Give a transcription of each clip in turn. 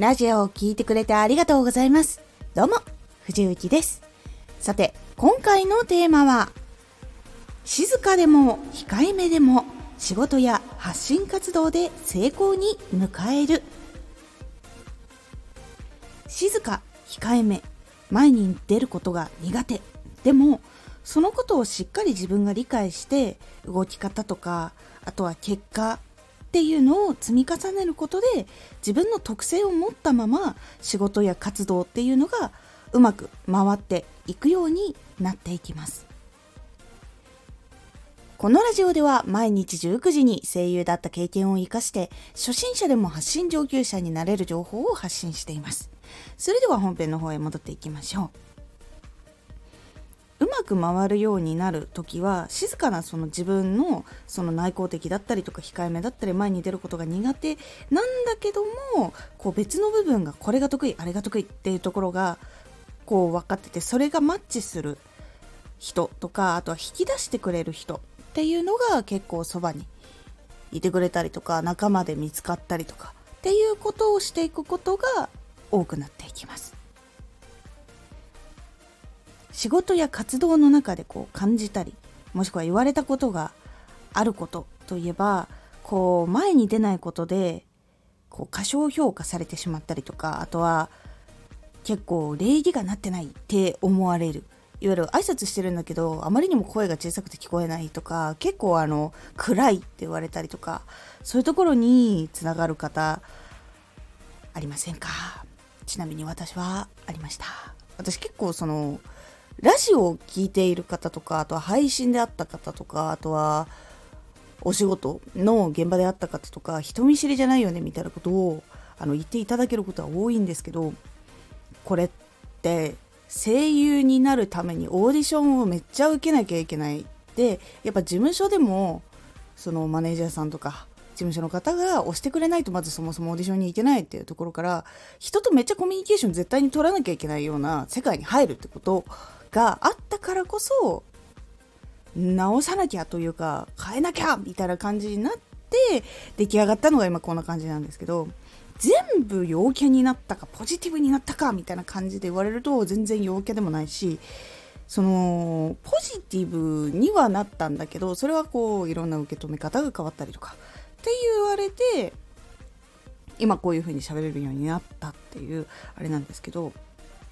ラジオを聞いてくれてありがとうございます。どうも、藤幸です。さて、今回のテーマは、静かでも控えめでも仕事や発信活動で成功に迎える。静か、控えめ、前に出ることが苦手。でも、そのことをしっかり自分が理解して、動き方とか、あとは結果っていうのを積み重ねることで、自分の特性を持ったまま仕事や活動っていうのがうまく回っていくようになっていきます。このラジオでは毎日19時に声優だった経験を生かして初心者でも発信上級者になれる情報を発信しています。それでは本編の方へ戻っていきましょう。うまく回るようになるときは静かな自分の内向的だったりとか控えめだったり前に出ることが苦手なんだけども、別の部分がこれが得意あれが得意っていうところが分かってて、それがマッチする人とか、あとは引き出してくれる人っていうのが結構そばにいてくれたりとか、仲間で見つかったりとかっていうことをしていくことが多くなっていきます。仕事や活動の中で感じたり、もしくは言われたことがあることといえば、前に出ないことで過小評価されてしまったりとか、あとは結構礼儀がなってないって思われる。いわゆる挨拶してるんだけどあまりにも声が小さくて聞こえないとか、結構暗いって言われたりとか、そういうところにつながる方ありませんか？ちなみに私はありました。私結構ラジオを聞いている方とか、あとは配信であった方とか、あとはお仕事の現場であった方とか、人見知りじゃないよねみたいなことを言っていただけることは多いんですけど、これって声優になるためにオーディションをめっちゃ受けなきゃいけないで、やっぱ事務所でもマネージャーさんとか事務所の方が押してくれないとまずそもそもオーディションに行けないっていうところから、人とめっちゃコミュニケーション絶対に取らなきゃいけないような世界に入るってことがあったからこそ、直さなきゃというか変えなきゃみたいな感じになって出来上がったのが今こんな感じなんですけど、全部陽キャになったかポジティブになったかみたいな感じで言われると全然陽キャでもないし、ポジティブにはなったんだけど、それはいろんな受け止め方が変わったりとかって言われて、今こういう風に喋れるようになったっていうあれなんですけど、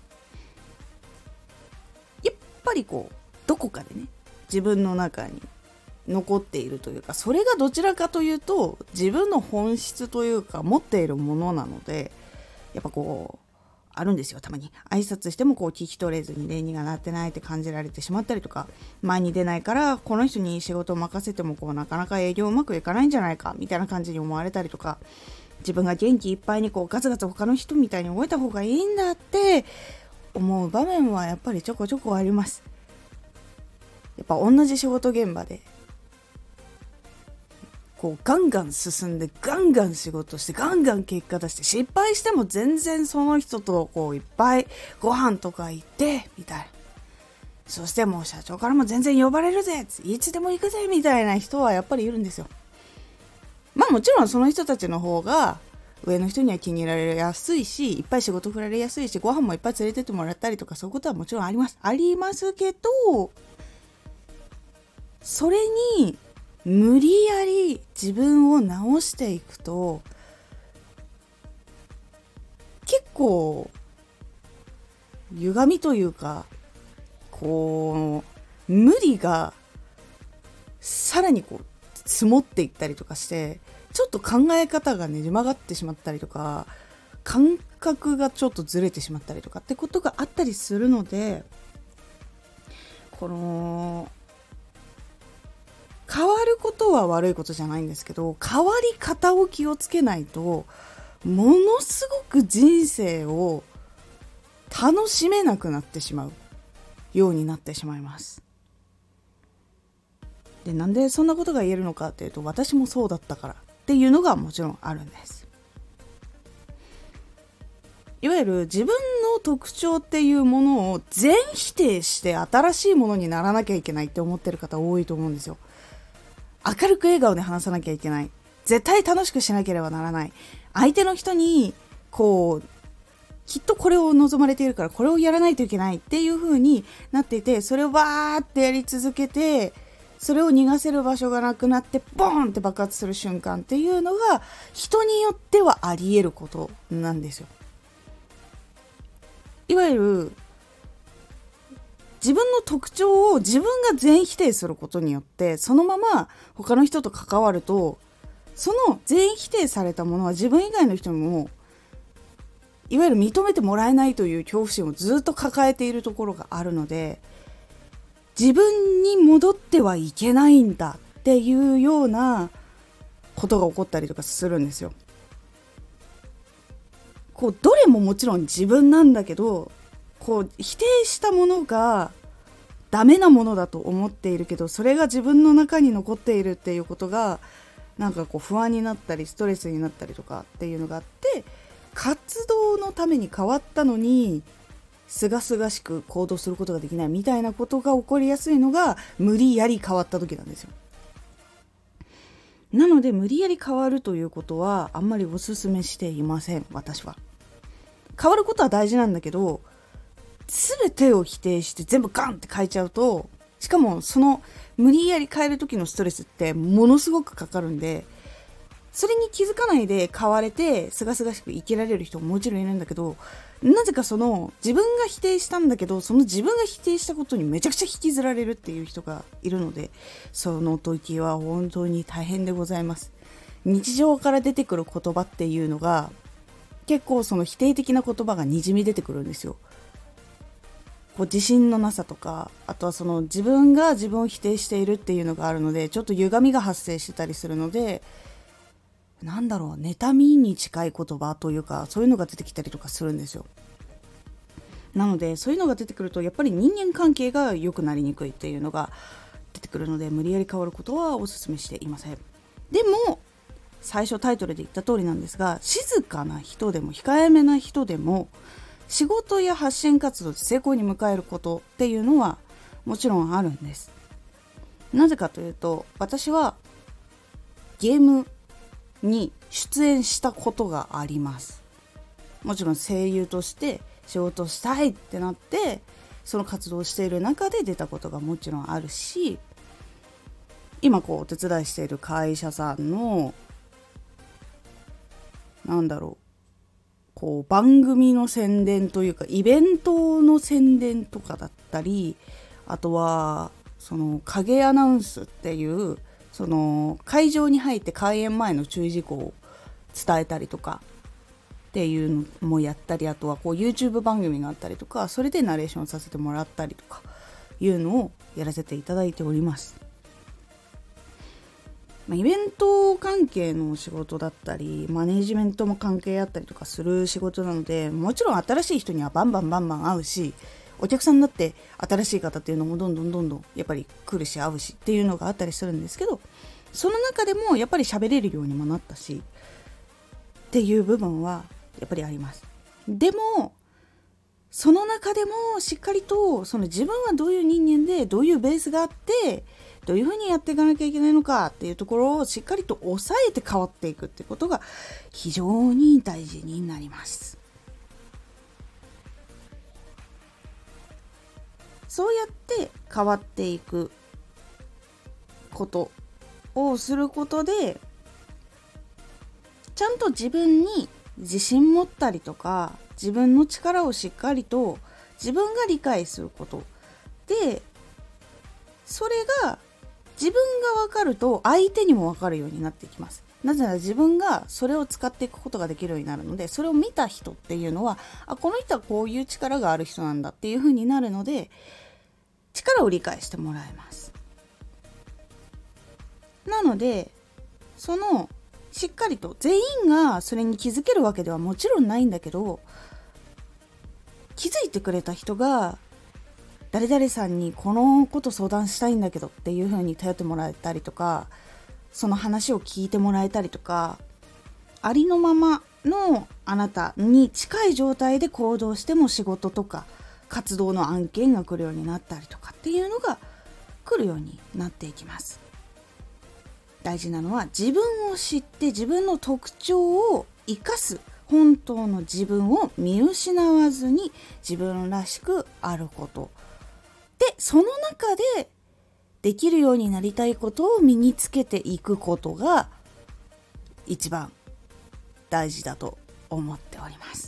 やっぱりどこかでね、自分の中に残っているというか、それがどちらかというと自分の本質というか持っているものなので、やっぱあるんですよ。たまに挨拶しても聞き取れずに礼にがなってないって感じられてしまったりとか、前に出ないからこの人に仕事を任せてもなかなか営業うまくいかないんじゃないかみたいな感じに思われたりとか、自分が元気いっぱいにガツガツ他の人みたいに動いた方がいいんだって思う場面はやっぱりちょこちょこあります。やっぱ同じ仕事現場でガンガン進んでガンガン仕事してガンガン結果出して、失敗しても全然その人といっぱいご飯とか行ってみたいな、そしてもう社長からも全然呼ばれるぜ、いつでも行くぜみたいな人はやっぱりいるんですよ。もちろんその人たちの方が上の人には気に入られやすいし、いっぱい仕事振られやすいし、ご飯もいっぱい連れてってもらったりとか、そういうことはもちろんありますけど、それに無理やり自分を直していくと結構歪みというか、無理がさらに積もっていったりとかして、ちょっと考え方がねじ曲がってしまったりとか、感覚がちょっとずれてしまったりとかってことがあったりするので、変わることは悪いことじゃないんですけど、変わり方を気をつけないとものすごく人生を楽しめなくなってしまうようになってしまいます。で、なんでそんなことが言えるのかっていうと、私もそうだったからっていうのがもちろんあるんです。いわゆる自分の特徴っていうものを全否定して新しいものにならなきゃいけないって思ってる方多いと思うんですよ。明るく笑顔で話さなきゃいけない、絶対楽しくしなければならない、相手の人にこうきっとこれを望まれているからこれをやらないといけないっていう風になっていて、それをバーってやり続けて、それを逃がせる場所がなくなってボーンって爆発する瞬間っていうのが人によってはあり得ることなんですよ。いわゆる自分の特徴を自分が全否定することによって、そのまま他の人と関わると、その全否定されたものは自分以外の人にもいわゆる認めてもらえないという恐怖心をずっと抱えているところがあるので、自分に戻ってはいけないんだっていうようなことが起こったりとかするんですよ。こうどれももちろん自分なんだけど、こう否定したものがダメなものだと思っているけど、それが自分の中に残っているっていうことがなんかこう不安になったりストレスになったりとかっていうのがあって、活動のために変わったのにすがすがしく行動することができないみたいなことが起こりやすいのが無理やり変わった時なんですよ。なので無理やり変わるということはあんまりお勧めしていません。私は変わることは大事なんだけど、全てを否定して全部ガンって変えちゃうと、しかもその無理やり変える時のストレスってものすごくかかるんで、それに気づかないで変われてすがすがしく生きられる人ももちろんいるんだけど、なぜかその自分が否定したんだけど、その自分が否定したことにめちゃくちゃ引きずられるっていう人がいるので、その時は本当に大変でございます。日常から出てくる言葉っていうのが結構その否定的な言葉がにじみ出てくるんですよ。こう自信のなさとか、あとはその自分が自分を否定しているっていうのがあるので、ちょっと歪みが発生してたりするので、なんだろう、妬みに近い言葉というか、そういうのが出てきたりとかするんですよ。なのでそういうのが出てくるとやっぱり人間関係が良くなりにくいっていうのが出てくるので、無理やり変わることはお勧めしていません。でも最初タイトルで言った通りなんですが、静かな人でも控えめな人でも仕事や発信活動で成功に迎えることっていうのはもちろんあるんです。なぜかというと、私はゲームに出演したことがあります。もちろん声優として仕事したいってなってその活動をしている中で出たことがもちろんあるし、今こうお手伝いしている会社さんのこう番組の宣伝というかイベントの宣伝とかだったり、あとはその影アナウンスっていうその会場に入って開演前の注意事項を伝えたりとかっていうのもやったり、あとはこう YouTube 番組があったりとか、それでナレーションさせてもらったりとかいうのをやらせていただいております。イベント関係の仕事だったりマネジメントも関係あったりとかする仕事なので、もちろん新しい人にはバンバン会うし、お客さんだって新しい方っていうのもどんどんやっぱり来るし会うしっていうのがあったりするんですけど、その中でもやっぱり喋れるようにもなったしっていう部分はやっぱりあります。でもその中でもしっかりとその自分はどういう人間でどういうベースがあってどういうふうにやっていかなきゃいけないのかっていうところをしっかりと抑えて変わっていくってことが非常に大事になります。そうやって変わっていくことをすることで、ちゃんと自分に自信持ったりとか、自分の力をしっかりと自分が理解することで、それが自分が分かると相手にも分かるようになってきます。なぜなら自分がそれを使っていくことができるようになるので、それを見た人っていうのは、この人はこういう力がある人なんだっていう風になるので、力を理解してもらえます。なのでしっかりと全員がそれに気づけるわけではもちろんないんだけど、気づいてくれた人が誰々さんにこのこと相談したいんだけどっていう風に頼ってもらえたりとか、その話を聞いてもらえたりとか、ありのままのあなたに近い状態で行動しても仕事とか活動の案件が来るようになったりとかっていうのが来るようになっていきます。大事なのは自分を知って自分の特徴を生かす本当の自分を見失わずに自分らしくあることで、その中でできるようになりたいことを身につけていくことが一番大事だと思っております。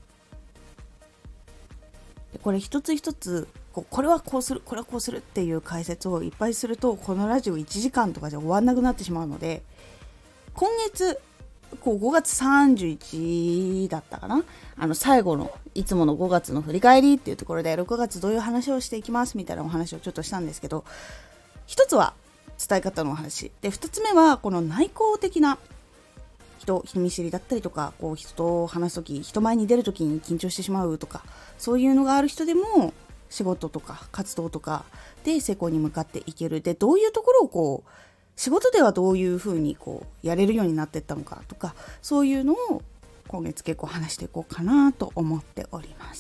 でこれ一つ一つこれはこうする、これはこうするっていう解説をいっぱいすると、このラジオ1時間とかじゃ終わんなくなってしまうので、今月5月31だったかな、最後のいつもの5月の振り返りっていうところで6月どういう話をしていきますみたいなお話をちょっとしたんですけど、一つは伝え方のお話で、二つ目はこの内向的な人見知りだったりとか、人と話すとき、人前に出るときに緊張してしまうとか、そういうのがある人でも仕事とか活動とかで成功に向かっていける。で、どういうところを仕事ではどういうふうにやれるようになっていったのかとか、そういうのを今月結構話していこうかなと思っております。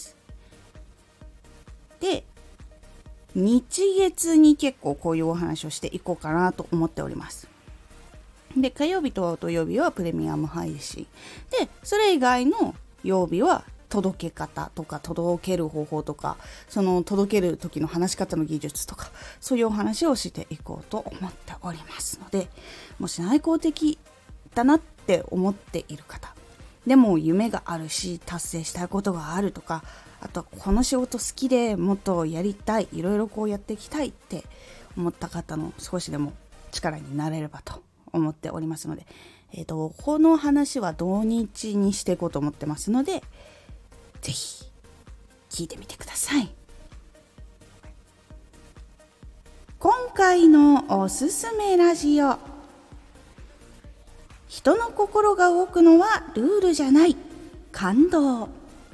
で、日月に結構こういうお話をしていこうかなと思っております。で、火曜日と土曜日はプレミアム配信で、それ以外の曜日は届け方とか届ける方法とか、その届ける時の話し方の技術とか、そういうお話をしていこうと思っておりますので、もし内向的だなって思っている方でも、夢があるし達成したいことがあるとか、あとはこの仕事好きでもっとやりたい、いろいろやっていきたいって思った方の少しでも力になれればと思っておりますので、この話は土日にしていこうと思ってますので、ぜひ聞いてみてください。今回のおすすめラジオ、人の心が動くのはルールじゃない、感動。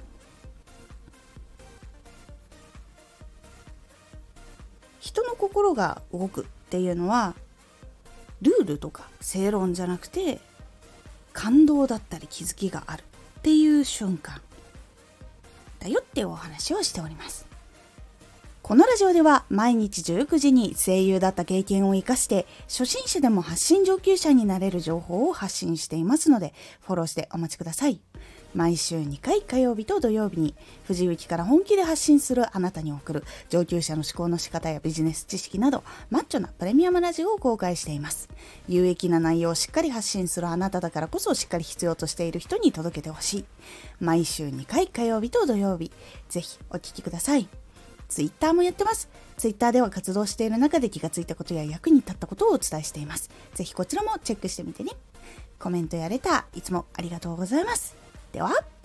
人の心が動くっていうのはルールとか正論じゃなくて、感動だったり気づきがあるっていう瞬間だよっていうお話をしております。このラジオでは毎日19時に声優だった経験を生かして初心者でも発信上級者になれる情報を発信していますので、フォローしてお待ちください。毎週2回火曜日と土曜日に藤雪から本気で発信するあなたに送る上級者の思考の仕方やビジネス知識などマッチョなプレミアムラジオを公開しています。有益な内容をしっかり発信するあなただからこそ、しっかり必要としている人に届けてほしい。毎週2回火曜日と土曜日、ぜひお聞きください。ツイッターもやってます。ツイッターでは活動している中で気がついたことや役に立ったことをお伝えしています。ぜひこちらもチェックしてみてね。コメントやレターいつもありがとうございます。では。